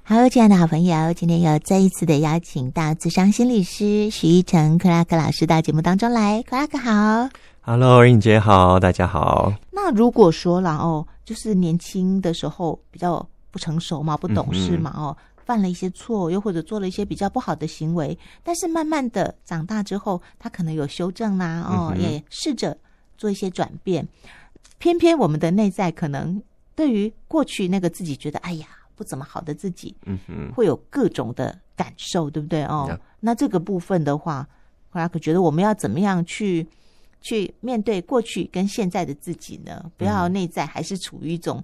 好，亲爱的好朋友，今天又再一次的邀请到諮商心理师许奕成克拉克老师到节目当中来。克拉克好。 Hello， 颖姐好，大家好。 那如果说啦就是年轻的时候比较不成熟嘛，不懂事嘛犯了一些错，又或者做了一些比较不好的行为，但是慢慢的长大之后，他可能有修正啦也试着做一些转变，偏偏我们的内在可能对于过去那个自己觉得哎呀不怎么好的自己会有各种的感受，对不对那这个部分的话，克拉克觉得我们要怎么样去面对过去跟现在的自己呢？不要内在还是处于一种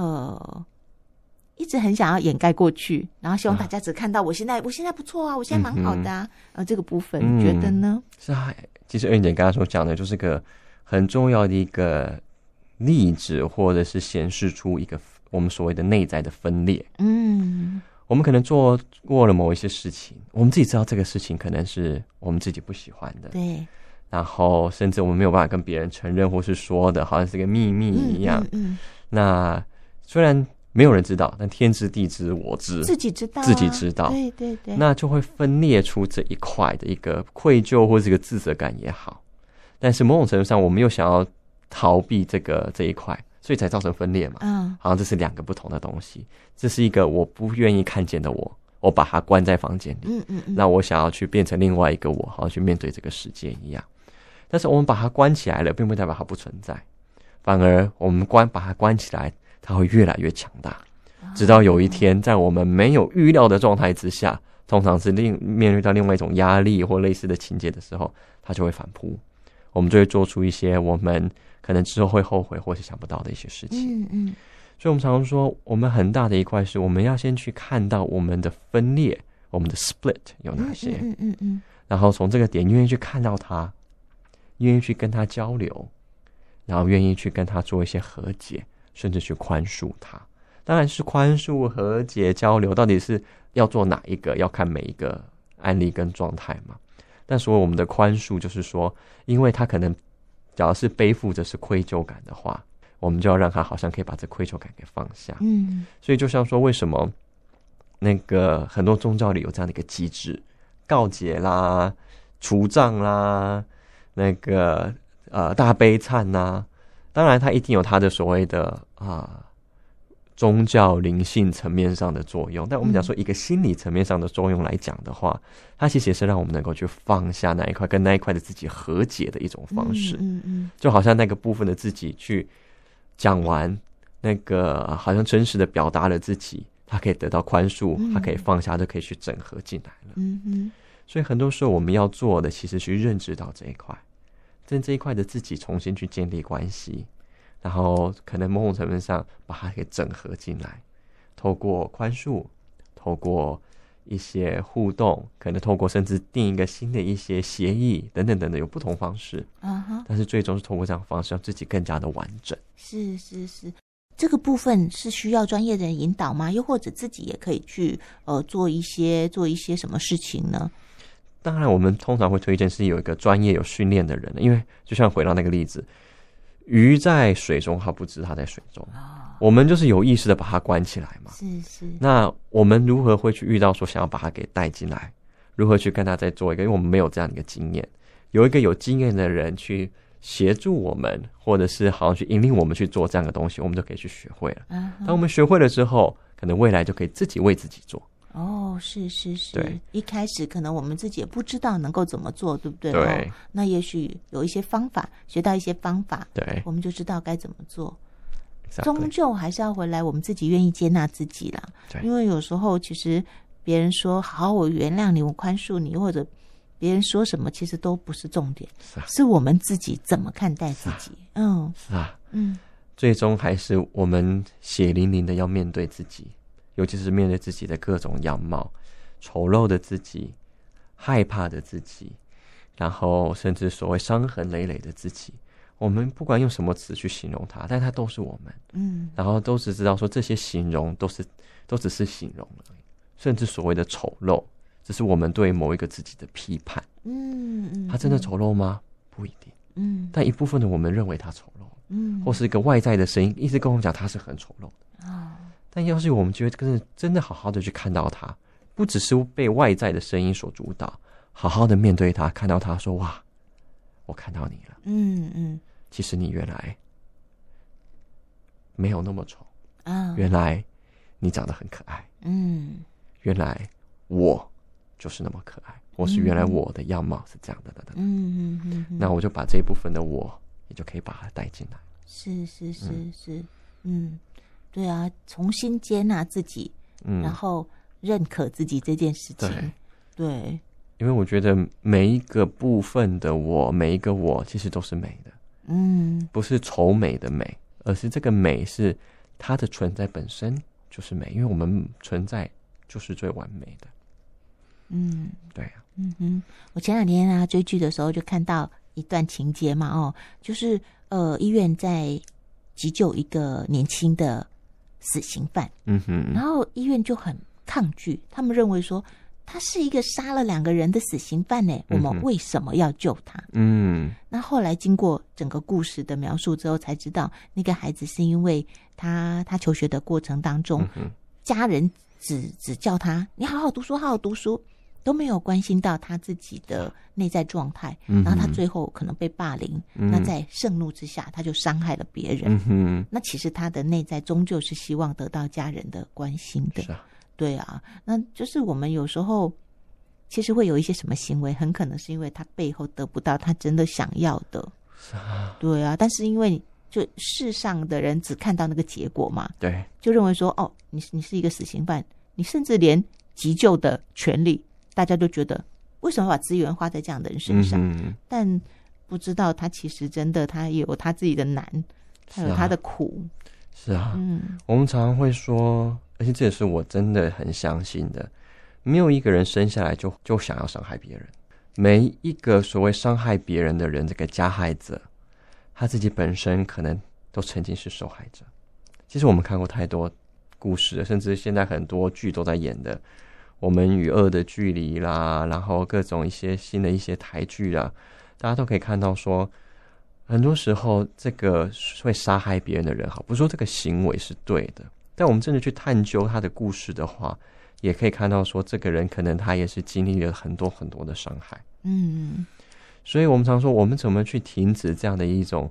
一直很想要掩盖过去，然后希望大家只看到我现在不错啊，我现在蛮好的啊这个部分你觉得呢？ 是啊，其实二颖姐刚刚所讲的就是个很重要的一个例子，或者是显示出一个我们所谓的内在的分裂。我们可能做过了某一些事情，我们自己知道这个事情可能是我们自己不喜欢的， 对， 然后甚至我们没有办法跟别人承认或是说的好像是个秘密一样。那虽然没有人知道，但天知地知我知， 自己知道自己知道， 对对对， 那就会分裂出这一块的一个愧疚或是一个自责感也好，但是某种程度上我们又想要逃避这一块，所以才造成分裂嘛。好像这是两个不同的东西，这是一个我不愿意看见的我把它关在房间里，那我想要去变成另外一个我，好像去面对这个世界一样。但是我们把它关起来了，并不代表它不存在，反而我们把它关起来，它会越来越强大，直到有一天在我们没有预料的状态之下，通常是面对到另外一种压力或类似的情节的时候，它就会反扑，我们就会做出一些我们可能之后会后悔或是想不到的一些事情。所以我们常常说，我们很大的一块是我们要先去看到我们的分裂，我们的 split 有哪些，然后从这个点愿意去看到它，愿意去跟他交流，然后愿意去跟他做一些和解，甚至去宽恕他。当然是宽恕、和解、交流，到底是要做哪一个，要看每一个案例跟状态嘛。但所谓我们的宽恕，就是说，因为他可能假如是背负着是愧疚感的话，我们就要让他好像可以把这愧疚感给放下。所以就像说，为什么那个很多宗教里有这样的一个机制，告解啦、除障啦、那个大悲忏啦，当然它一定有它的所谓的宗教灵性层面上的作用，但我们讲说一个心理层面上的作用来讲的话，它其实也是让我们能够去放下那一块，跟那一块的自己和解的一种方式。就好像那个部分的自己去讲完，那个好像真实的表达了自己，他可以得到宽恕，他可以放下，就可以去整合进来了。所以很多时候我们要做的，其实去认知到这一块，跟这一块的自己重新去建立关系，然后可能某种程度上把它给整合进来，透过宽恕，透过一些互动，可能透过甚至定一个新的一些协议等等等等，有不同方式。但是最终是透过这样的方式让自己更加的完整。是， 这个部分是需要专业的人引导吗？又或者自己也可以去做一些什么事情呢？ 当然我们通常会推荐是有一个专业有训练的人，因为就像回到那个例子，鱼在水中它不知它在水中，我们就是有意识的把它关起来嘛。 是。 那我们如何会去遇到说想要把它给带进来，如何去跟他再做一个，因为我们没有这样的一个经验，有一个有经验的人去协助我们，或者是好像去引领我们去做这样的东西，我们就可以去学会了。当我们学会了之后，可能未来就可以自己为自己做。 是。 对， 一开始可能我们自己也不知道能够怎么做，对不对？ 对。 那也许有一些方法，学到一些方法， 对， 我们就知道该怎么做。 Exactly. 终究还是要回来我们自己愿意接纳自己啦。因为有时候其实别人说好我原谅你，我宽恕你，或者别人说什么其实都不是重点，是我们自己怎么看待自己。 最终还是我们血淋淋的要面对自己，尤其是面对自己的各种样貌，丑陋的自己，害怕的自己，然后甚至所谓伤痕累累的自己，我们不管用什么词去形容它，但它都是我们。然后都只知道说这些形容都只是形容而已，甚至所谓的丑陋只是我们对某一个自己的批判。它真的丑陋吗？不一定。但一部分的我们认为它丑陋，或是一个外在的声音一直跟我们讲它是很丑陋的。 但要是我们觉得真的好好的去看到他，不只是被外在的声音所主导，好好的面对他，看到他说哇，我看到你了，其实你原来没有那么丑啊，原来你长得很可爱，原来我就是那么可爱，或是原来我的样貌是这样的那我就把这一部分的我也就可以把它带进来。 是，对啊，重新接纳自己，然后认可自己这件事情。对， 因为我觉得每一个部分的我，每一个我其实都是美的，不是丑美的美，而是这个美是它的存在本身就是美，因为我们存在就是最完美的。对啊， 我前两天啊追剧的时候就看到一段情节嘛，就是医院在急救一个年轻的死刑犯，然后医院就很抗拒，他们认为说他是一个杀了2个人的死刑犯呢，我们为什么要救他？那后来经过整个故事的描述之后，才知道那个孩子是因为他求学的过程当中，家人只叫他你好好读书，好好读书，都没有关心到他自己的内在状态，然后他最后可能被霸凌，那在盛怒之下他就伤害了别人，那其实他的内在终究是希望得到家人的关心的。对啊，那就是我们有时候其实会有一些什么行为，很可能是因为他背后得不到他真的想要的。对啊，但是因为就世上的人只看到那个结果嘛，对，就认为说你是一个死刑犯，你甚至连急救的权利大家都觉得为什么把资源花在这样的人身上，但不知道他其实真的他也有他自己的难，他有他的苦。 是啊，我们常常会说，而且这也是我真的很相信的，没有一个人生下来就想要伤害别人，每一个所谓伤害别人的人，这个加害者他自己本身可能都曾经是受害者。其实我们看过太多故事，甚至现在很多剧都在演的我们与恶的距离啦，然后各种一些新的一些台剧啦，大家都可以看到说，很多时候这个会杀害别人的人，不是说这个行为是对的，但我们真的去探究他的故事的话，也可以看到说这个人可能他也是经历了很多很多的伤害。所以我们常说，我们怎么去停止这样的一种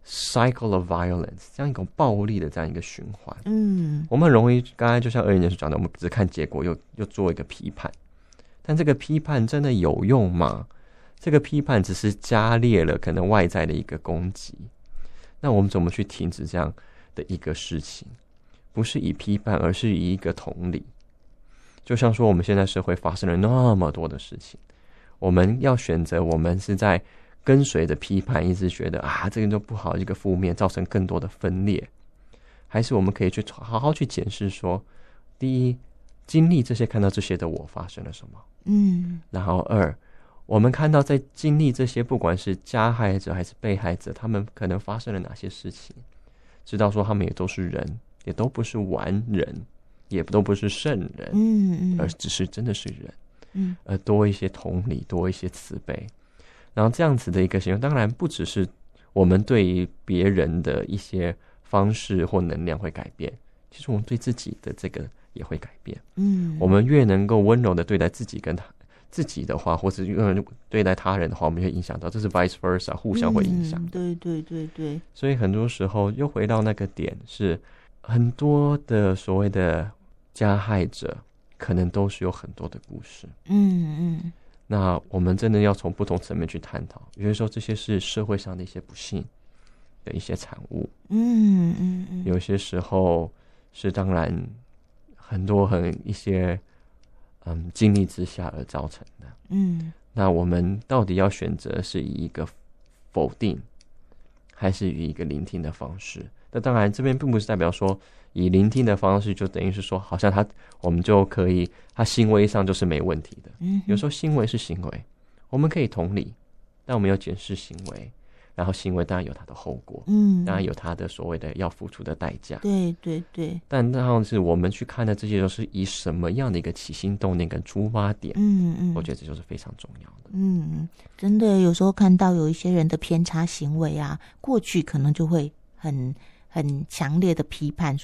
cycle of violence， 这样一种暴力的这样一个循环。我们很容易刚才就像2年所讲的，我们只看结果又做一个批判，但这个批判真的有用吗？这个批判只是加烈了可能外在的一个攻击，那我们怎么去停止这样的一个事情？不是以批判，而是以一个同理。就像说我们现在社会发生了那么多的事情，我们要选择我们是在跟随着批判，一直觉得这个就不好，一个负面造成更多的分裂，还是我们可以去好好去检视说，第一，经历这些看到这些的我发生了什么，然后2，我们看到在经历这些不管是加害者还是被害者，他们可能发生了哪些事情，知道说他们也都是人，也都不是完人，也都不是圣人，而只是真的是人，而多一些同理，多一些慈悲，然后这样子的一个行为，当然不只是我们对于别人的一些方式或能量会改变，其实我们对自己的这个也会改变。我们越能够温柔的对待自己跟自己的话，或者对待他人的话，我们会影响到，这是 vice versa， 互相会影响。 对。 所以很多时候又回到那个点，是很多的所谓的加害者，可能都是有很多的故事。那我们真的要从不同层面去探讨，有些时候这些是社会上的一些不幸的一些产物。有些时候是当然很多一些经历之下而造成的。那我们到底要选择是以一个否定，还是以一个聆听的方式？那当然这边并不是代表说以聆听的方式就等于是说好像我们就可以他行为上就是没问题的。有时候行为是行为，我们可以同理，但我们要检视行为，然后行为当然有它的后果，当然有它的所谓的要付出的代价。 对。 但然后是我们去看的这些都是以什么样的一个起心动念跟出发点，我觉得这就是非常重要的。 真的有时候看到有一些人的偏差行为啊，过去可能就会很强烈的批判说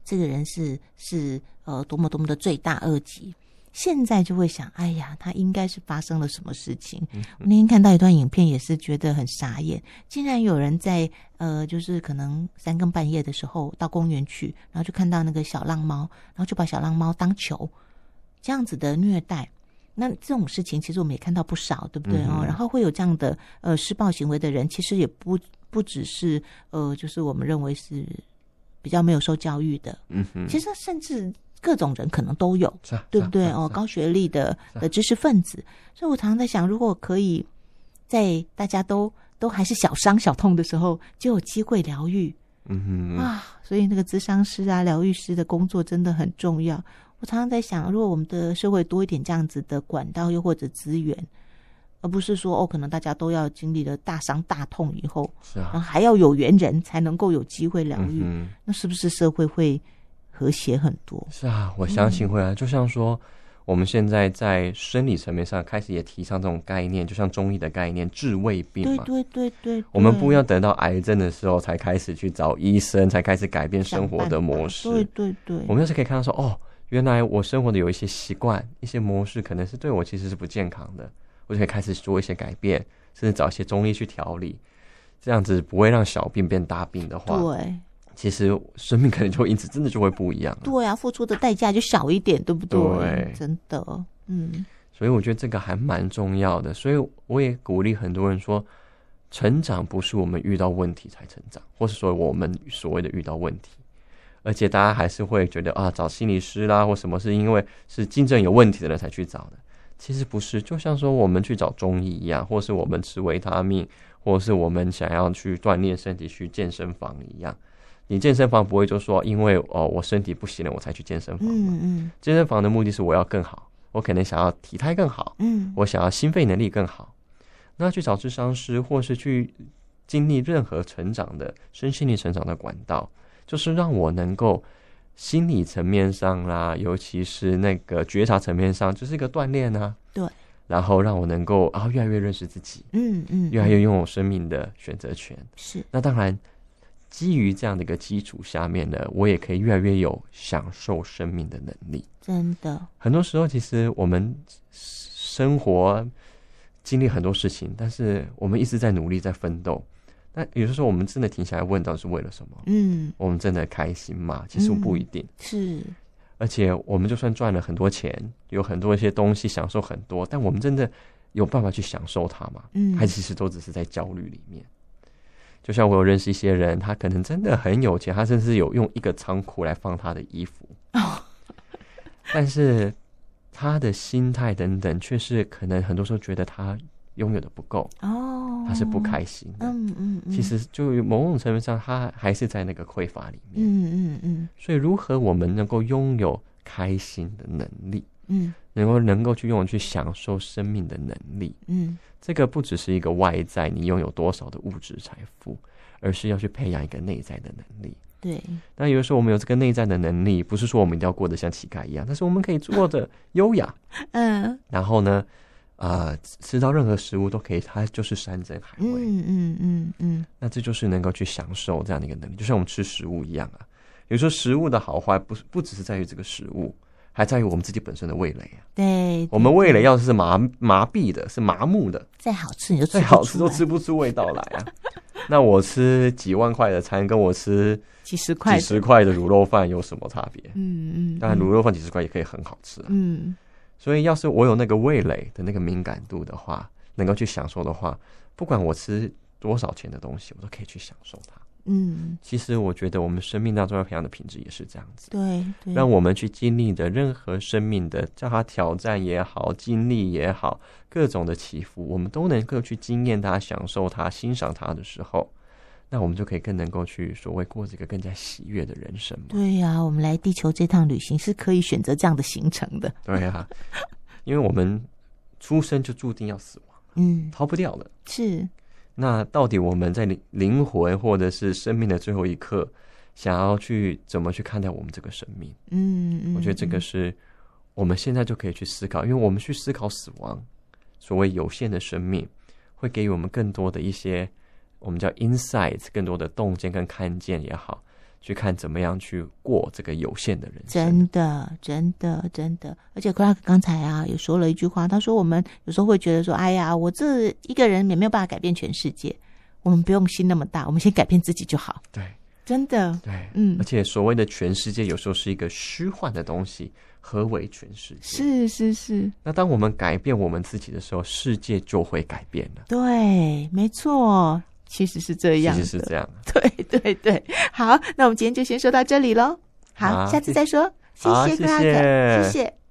这个人是多么多么的罪大恶极。现在就会想，哎呀，他应该是发生了什么事情。我那天看到一段影片，也是觉得很傻眼，竟然有人在就是可能3更半夜的时候到公园去，然后就看到那个小浪猫，然后就把小浪猫当球，这样子的虐待。那这种事情其实我们也看到不少，对不对然后会有这样的施暴行为的人，其实也不只是就是我们认为是比较没有受教育的，其实甚至各种人可能都有，对不对高学历的知识分子。所以我常常在想，如果可以在大家都还是小伤小痛的时候就有机会疗愈，所以那个咨商师啊疗愈师的工作真的很重要。我常常在想，如果我们的社会多一点这样子的管道又或者资源，而不是说可能大家都要经历了大伤大痛以后，然后还要有缘人才能够有机会疗愈，那是不是社会会和谐很多？ 是啊，我相信会啊。就像说我们现在在生理层面上开始也提倡这种概念，就像中医的概念治未病嘛， 对， 我们不要等到癌症的时候才开始去找医生，才开始改变生活的模式。对，我们要是可以看到说原来我生活的有一些习惯一些模式可能是对我其实是不健康的，我就可以开始做一些改变，甚至找一些中医去调理，这样子不会让小病变大病的话，对，其实生命可能就会因此真的就会不一样了。 对啊，付出的代价就小一点，对不对？对，真的所以我觉得这个还蛮重要的。所以我也鼓励很多人说，成长不是我们遇到问题才成长，或是说我们所谓的遇到问题，而且大家还是会觉得找心理师啦或什么是因为是精神有问题的人才去找的，其实不是。就像说我们去找中医一样，或是我们吃维他命，或是我们想要去锻炼身体去健身房一样，你健身房不会就说因为我身体不行了我才去健身房嘛，健身房的目的是我要更好，我可能想要体态更好，我想要心肺能力更好。那去找諮商师或是去经历任何成长的身心灵成长的管道，就是让我能够心理层面上啦，尤其是那个觉察层面上，就是一个锻炼啊。对，然后让我能够越来越认识自己，越来越拥有生命的选择权。是，那当然基于这样的一个基础下面呢，我也可以越来越有享受生命的能力。真的，很多时候其实我们生活经历很多事情，但是我们一直在努力在奋斗，那有的时候我们真的停下来问到底是为了什么？我们真的开心吗？其实不一定。是，而且我们就算赚了很多钱，有很多一些东西享受很多，但我们真的有办法去享受它吗？还其实都只是在焦虑里面。就像我有认识一些人，他可能真的很有钱，他甚至有用一个仓库来放他的衣服，但是他的心态等等却是可能很多时候觉得他拥有的不够，他是不开心的。其实就某种程度上他还是在那个匮乏里面。所以如何我们能够拥有开心的能力，能够去去享受生命的能力，这个不只是一个外在你拥有多少的物质财富，而是要去培养一个内在的能力。对，那有的时候我们有这个内在的能力，不是说我们一定要过得像乞丐一样，但是我们可以过得优雅，然后呢吃到任何食物都可以，它就是山珍海味，那这就是能够去享受这样的一个能力，就像我们吃食物一样啊。有时候食物的好坏不只是在于这个食物，还在于我们自己本身的味蕾啊。对，我们味蕾要是麻痹的，是麻木的，再好吃你就再好吃都吃不出味道来啊。那我吃几万块的餐，跟我吃几十块的卤肉饭有什么差别？当然卤肉饭几十块也可以很好吃啊。所以要是我有那个味蕾的那个敏感度的话，能够去享受的话，不管我吃多少钱的东西，我都可以去享受它。其实我觉得我们生命当中要培养的品质也是这样子，对，让我们去经历的任何生命的叫它挑战也好，经历也好，各种的起伏，我们都能够去经验它，享受它，欣赏它的时候，那我们就可以更能够去所谓过这个更加喜悦的人生嘛。对呀，我们来地球这趟旅行是可以选择这样的行程的。对呀，因为我们出生就注定要死亡，逃不掉了。是。那到底我们在灵魂或者是生命的最后一刻，想要去怎么去看待我们这个生命？我觉得这个是我们现在就可以去思考，因为我们去思考死亡，所谓有限的生命，会给予我们更多的一些我们叫 insights， 更多的洞见跟看见也好， 去看怎么样去过这个有限的人生。 真的真的真的，而且 Clark 刚才也说了一句话，他说我们有时候会觉得说，哎呀，我这一个人也没有办法改变全世界，我们不用心那么大，我们先改变自己就好。 对， 真的， 对，而且所谓的全世界有时候是一个虚幻的东西，何为全世界？ 是是是。 那当我们改变我们自己的时候，世界就会改变了。 对，没错，其实是这样的， 其实是这样。 对对对，好，那我们今天就先说到这里咯。好，下次再说。谢谢 Clark，谢谢。